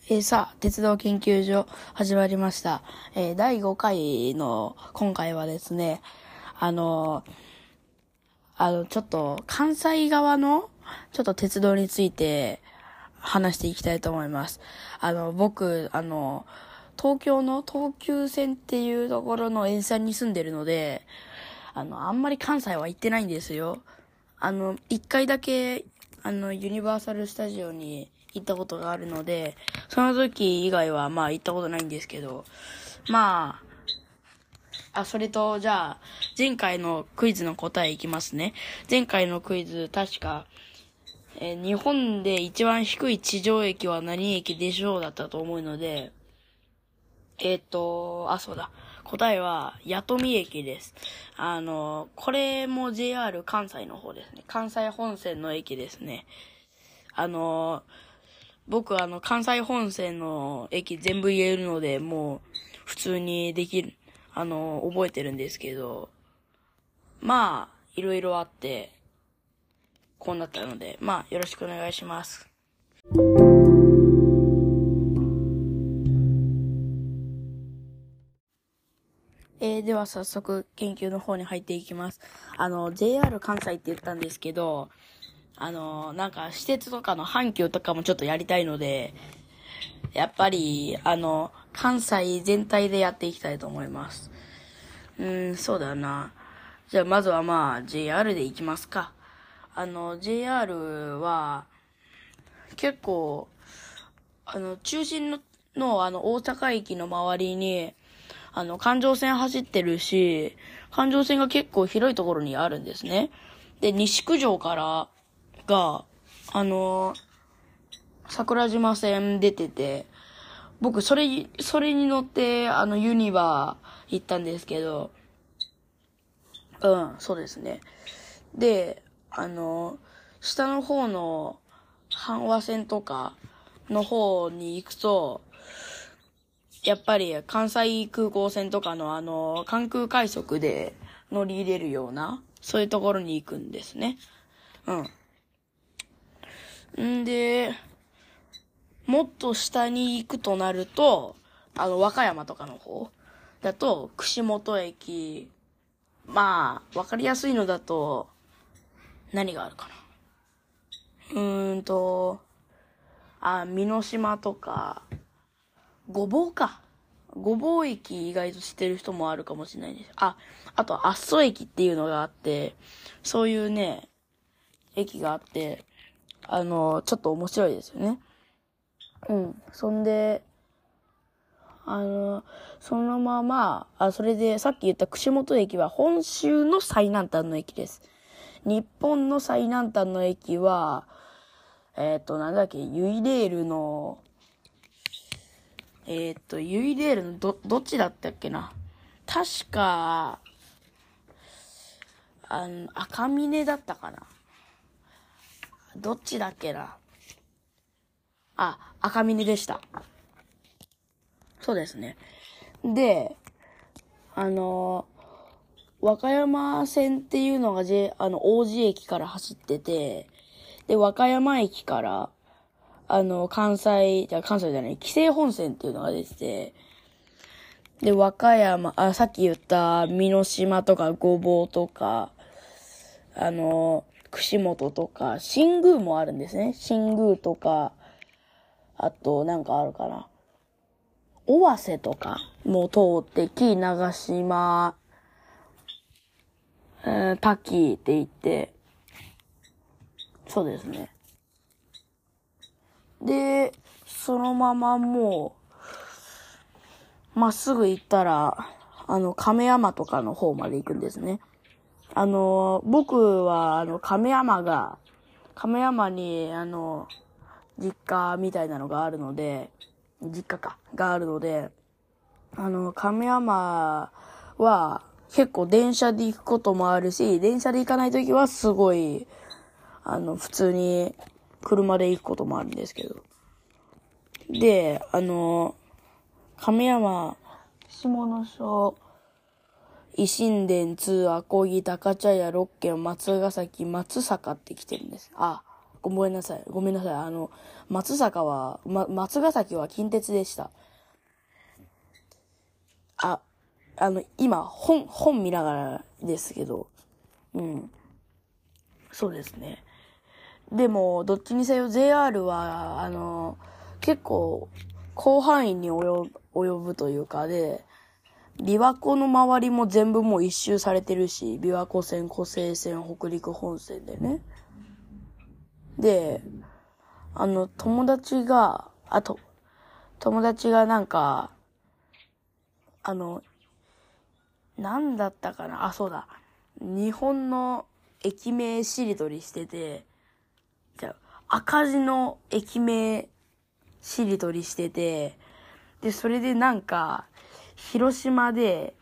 さあ、鉄道研究所始まりました。第5回の今回はですね、ちょっと関西側のちょっと鉄道について話していきたいと思います。僕、東京の東急線っていうところの沿線に住んでるので、あんまり関西は行ってないんですよ。一回だけ、ユニバーサルスタジオに行ったことがあるので、その時以外はまあ行ったことないんですけど、それと、じゃあ、前回のクイズの答えいきますね。前回のクイズ、確か、日本で一番低い地上駅は何駅でしょうだったと思うので、そうだ。答えは、弥富駅です。これも JR 関西の方ですね。関西本線の駅ですね。僕関西本線の駅全部言えるので、もう、普通にできる、覚えてるんですけど、いろいろあって、こうなったので、よろしくお願いします。では早速研究の方に入っていきます。JR 関西って言ったんですけど、私鉄とかの阪急とかもちょっとやりたいので、やっぱり、関西全体でやっていきたいと思います。そうだな。じゃあまずはJR で行きますか。JR は、結構、中心の大阪駅の周りに、環状線走ってるし、環状線が結構広いところにあるんですね。で、西九条からが、桜島線出てて、僕、それに乗って、ユニバー行ったんですけど、そうですね。で、下の方の阪和線とかの方に行くと、やっぱり関西空港線とかの関空快速で乗り入れるような、そういうところに行くんですね。んで、もっと下に行くとなると、和歌山とかの方だと、串本駅、わかりやすいのだと、何があるかな。美濃島とか、ごぼうか。ごぼう駅意外と知ってる人もあるかもしれないです。あと、阿蘇駅っていうのがあって、そういうね、駅があって、ちょっと面白いですよね。そんで、そのまま、それでさっき言った串本駅は本州の最南端の駅です。日本の最南端の駅は、なんだっけ、ユイレールの、どっちだったっけな。確か、赤峰だったかな。どっちだっけな。赤峰でした。そうですね。で、和歌山線っていうのが王子駅から走ってて、で、和歌山駅から、関西じゃない、紀勢本線っていうのが出てて、で、和歌山、さっき言った美濃島とかごぼうとか、串本とか、新宮もあるんですね。新宮とか、あと、なんかあるかな。尾鷲とかも通って、紀伊長島、滝って言って、そうですね。で、そのままもう、まっすぐ行ったら、亀山とかの方まで行くんですね。僕は、亀山に、実家みたいなのがあるので、実家か、があるので、亀山は結構電車で行くこともあるし、電車で行かないときはすごい、普通に車で行くこともあるんですけど。で、亀山、下野署、維新伝2、赤木、高茶屋、六軒、松ヶ崎、松坂って来てるんです。 ごめんなさい。松ヶ崎は近鉄でした。今、本見ながらですけど、そうですね。でも、どっちにせよ JR は、結構、広範囲に及ぶというかで、琵琶湖の周りも全部もう一周されてるし、琵琶湖線、湖西線、北陸本線でね。で、友達がなんか、なんだったかな、そうだ。日本の駅名しりとりしてて、赤字の駅名しりとりしてて、で、それでなんか、広島で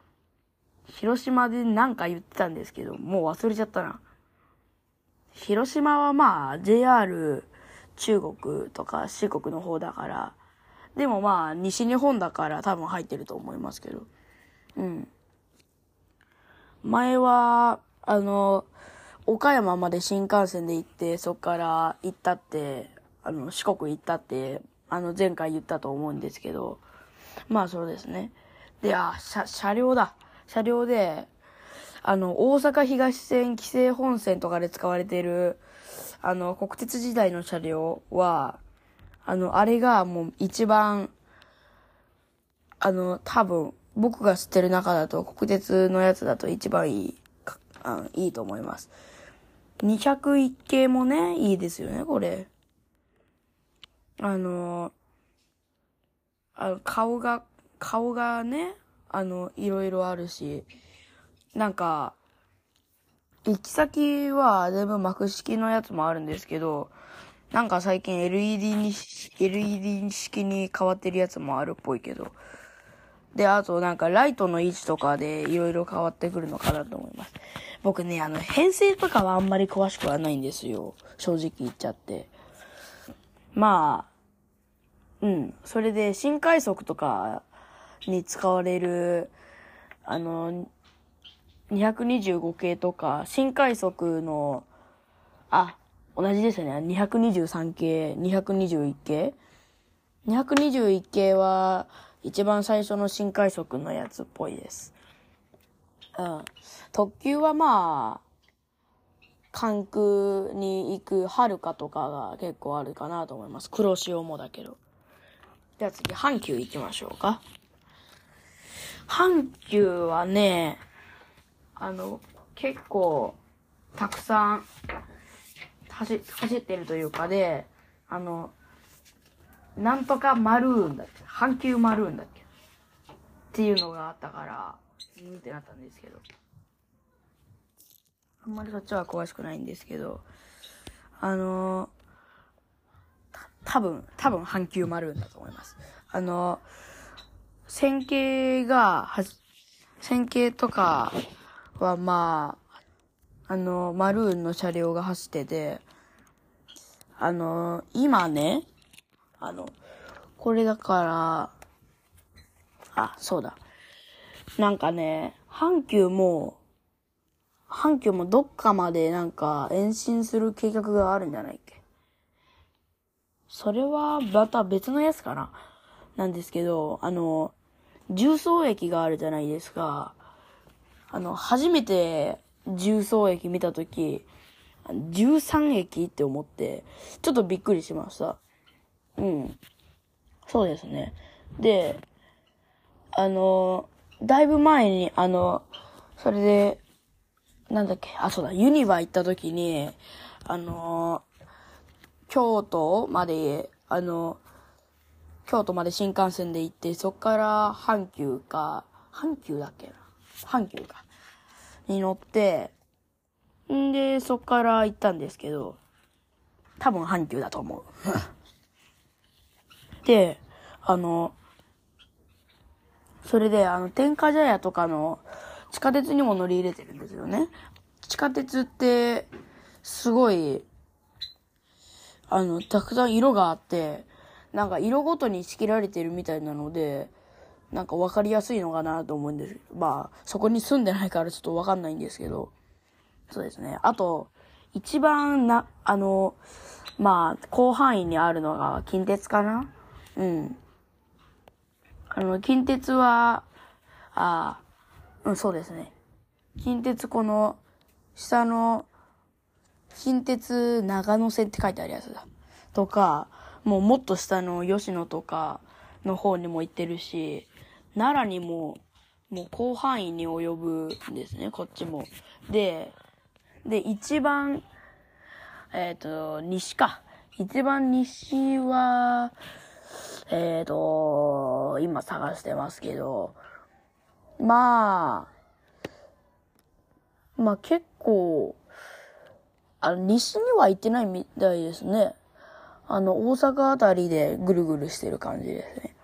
なんか言ってたんですけど、もう忘れちゃったな。広島はまあ、JR 中国とか四国の方だから、でもまあ、西日本だから多分入ってると思いますけど。前は、岡山まで新幹線で行って、そっから四国行ったって、前回言ったと思うんですけど、まあそうですね。で、車両だ。車両で、大阪東線、紀勢本線とかで使われている、国鉄時代の車両は、あれがもう一番、多分、僕が知ってる中だと、国鉄のやつだと一番いいと思います。201系もね、いいですよね、これ。顔がね、いろいろあるし、なんか、行き先は全部幕式のやつもあるんですけど、なんか最近 LED 式に変わってるやつもあるっぽいけど。で、あとなんかライトの位置とかでいろいろ変わってくるのかなと思います。僕ね、編成とかはあんまり詳しくはないんですよ。正直言っちゃって。まあ、それで新快速とかに使われる、225系とか、新快速の、同じですね。223系、221系 ?221 系は、一番最初の新快速のやつっぽいです。特急はまあ、関空に行くはるかとかが結構あるかなと思います。黒潮もだけど。じゃあ次、阪急行きましょうか。阪急はね、結構、たくさん、走ってるというかで、なんとかマルーンだっけ、阪急マルーンだっけっていうのがあったから、ってなったんですけど。あんまりそっちは詳しくないんですけど、多分阪急マルーンだと思います。線形とかはまあ、マルーンの車両が走ってて、今ね、これだから、そうだ。なんかね、阪急もどっかまでなんか延伸する計画があるんじゃないっけ。それはまた別のやつかななんですけど、重曹駅があるじゃないですか。初めて重曹駅見たとき、13駅って思って、ちょっとびっくりしました。そうですね。で、だいぶ前に、それで、なんだっけ、そうだ、ユニバ行った時に、京都まで新幹線で行って、そっから阪急かに乗って、で、そっから行ったんですけど、多分阪急だと思う。で、それで、天下茶屋とかの地下鉄にも乗り入れてるんですよね。地下鉄って、すごい、たくさん色があって、なんか色ごとに仕切られてるみたいなので、なんかわかりやすいのかなと思うんです。まあ、そこに住んでないからちょっとわかんないんですけど。そうですね。あと、 一番まあ、広範囲にあるのが近鉄かな。うん。近鉄は、そうですね。近鉄この、下の、近鉄長野線って書いてあるやつだ。とか、もっと下の吉野とかの方にも行ってるし、奈良にも、もう広範囲に及ぶんですね、こっちも。で、一番、西か。一番西は、今探してますけど、まあ結構、西には行ってないみたいですね。大阪あたりでぐるぐるしてる感じですね。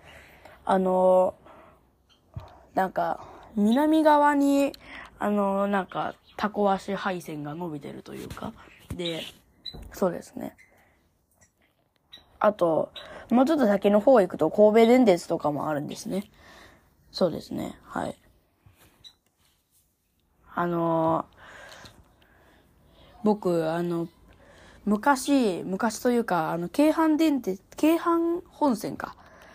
なんか、南側に、タコ足配線が伸びてるというか。で、そうですね。あと、もうちょっと先の方行くと神戸電鉄とかもあるんですね。そうですね。はい。僕、昔というか、京阪本線か。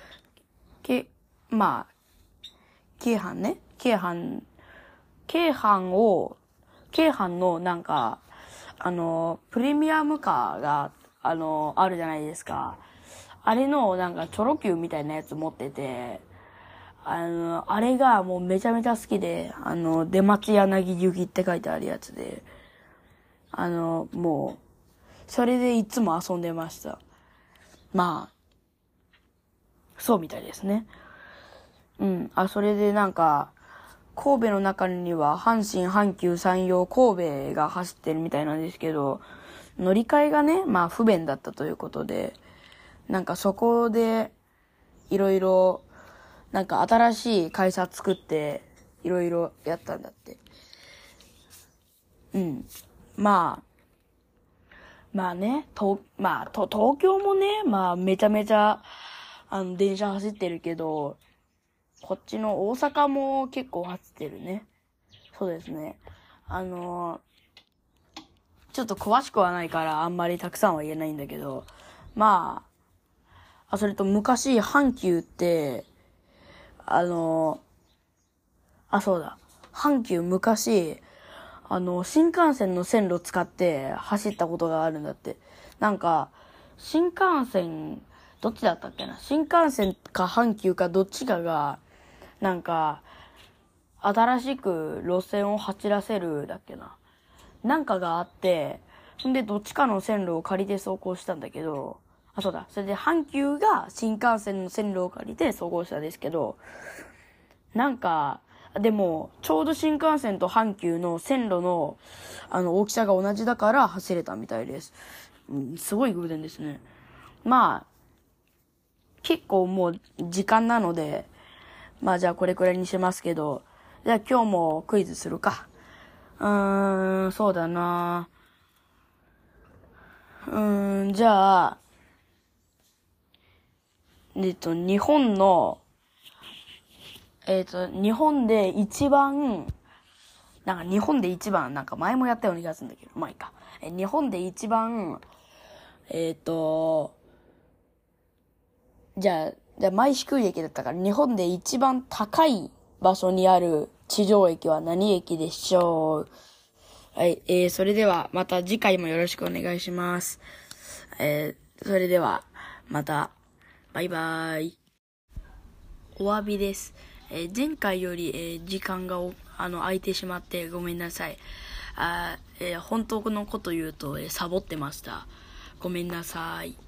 まあ、京阪ね。京阪のプレミアムカーが、あるじゃないですか。あれの、チョロ Q みたいなやつ持ってて、あれがもうめちゃめちゃ好きで、出町柳行きって書いてあるやつで、もう、それでいつも遊んでました。まあ、そうみたいですね。うん。それで神戸の中には阪神、阪急、山陽、神戸が走ってるみたいなんですけど、乗り換えがね、まあ不便だったということで、そこで、いろいろ、新しい会社作って、いろいろやったんだって。うん。まあね、東京もね、まあめちゃめちゃ、電車走ってるけど、こっちの大阪も結構走ってるね。そうですね。ちょっと詳しくはないからあんまりたくさんは言えないんだけど、まそれと昔阪急って、そうだ。阪急昔、新幹線の線路使って走ったことがあるんだって。新幹線、どっちだったっけな、新幹線か阪急かどっちかが、新しく路線を走らせるだっけな。があって、んでどっちかの線路を借りて走行したんだけど、そうだ。それで阪急が新幹線の線路を借りて走行したんですけど、でも、ちょうど新幹線と阪急の線路の、大きさが同じだから走れたみたいです。うん、すごい偶然ですね。まあ、結構もう時間なので、まあじゃあこれくらいにしますけど、じゃあ今日もクイズするか。そうだな。じゃあ、日本の、日本で一番、日本で一番、前もやったような気がするんだけど、まあいいか。日本で一番、じゃあ、前低い駅だったから、日本で一番高い場所にある地上駅は何駅でしょう？はい、それでは、また次回もよろしくお願いします。それでは、また、バイバーイ。お詫びです。前回より、時間が空いてしまってごめんなさい。本当のこと言うと、サボってました。ごめんなさい。